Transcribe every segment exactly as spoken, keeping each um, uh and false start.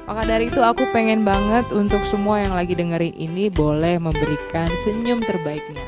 Maka dari itu aku pengen banget untuk semua yang lagi dengerin ini boleh memberikan senyum terbaiknya.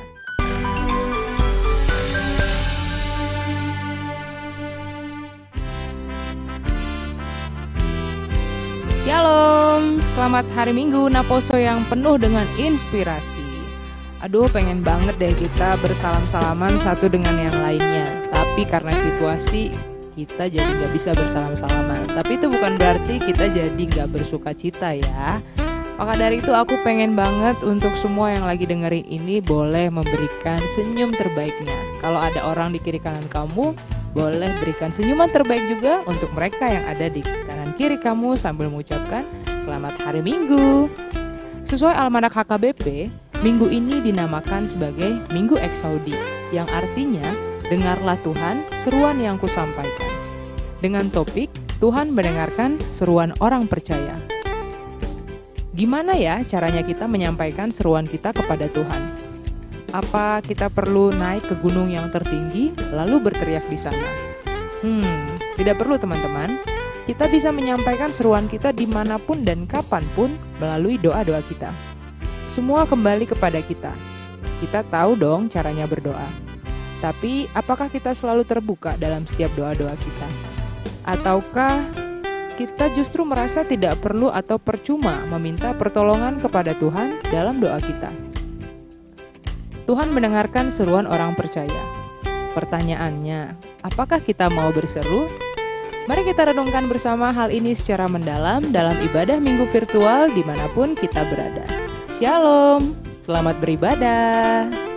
Shalom, selamat hari Minggu Naposo yang penuh dengan inspirasi. Aduh, pengen banget deh kita bersalam-salaman satu dengan yang lainnya. Tapi karena situasi kita jadi gak bisa bersalam-salaman. Tapi itu bukan berarti kita jadi gak bersuka cita ya. Maka dari itu aku pengen banget untuk semua yang lagi dengerin ini boleh memberikan senyum terbaiknya. Kalau ada orang di kiri kanan kamu, boleh berikan senyuman terbaik juga untuk mereka yang ada di kanan kiri kamu sambil mengucapkan selamat hari Minggu. Sesuai Almanak H K B P, minggu ini dinamakan sebagai Minggu Eksaudi, yang artinya dengarlah Tuhan seruan yang kusampaikan. Dengan topik Tuhan mendengarkan seruan orang percaya. Gimana ya caranya kita menyampaikan seruan kita kepada Tuhan? Apa kita perlu naik ke gunung yang tertinggi lalu berteriak di sana? Hmm, tidak perlu teman-teman. Kita bisa menyampaikan seruan kita dimanapun dan kapanpun melalui doa-doa kita. Semua kembali kepada kita. Kita tahu dong caranya berdoa. Tapi apakah kita selalu terbuka dalam setiap doa-doa kita? Ataukah kita justru merasa tidak perlu atau percuma meminta pertolongan kepada Tuhan dalam doa kita? Tuhan mendengarkan seruan orang percaya. Pertanyaannya, apakah kita mau berseru? Mari kita renungkan bersama hal ini secara mendalam dalam ibadah minggu virtual dimanapun kita berada. Shalom, selamat beribadah.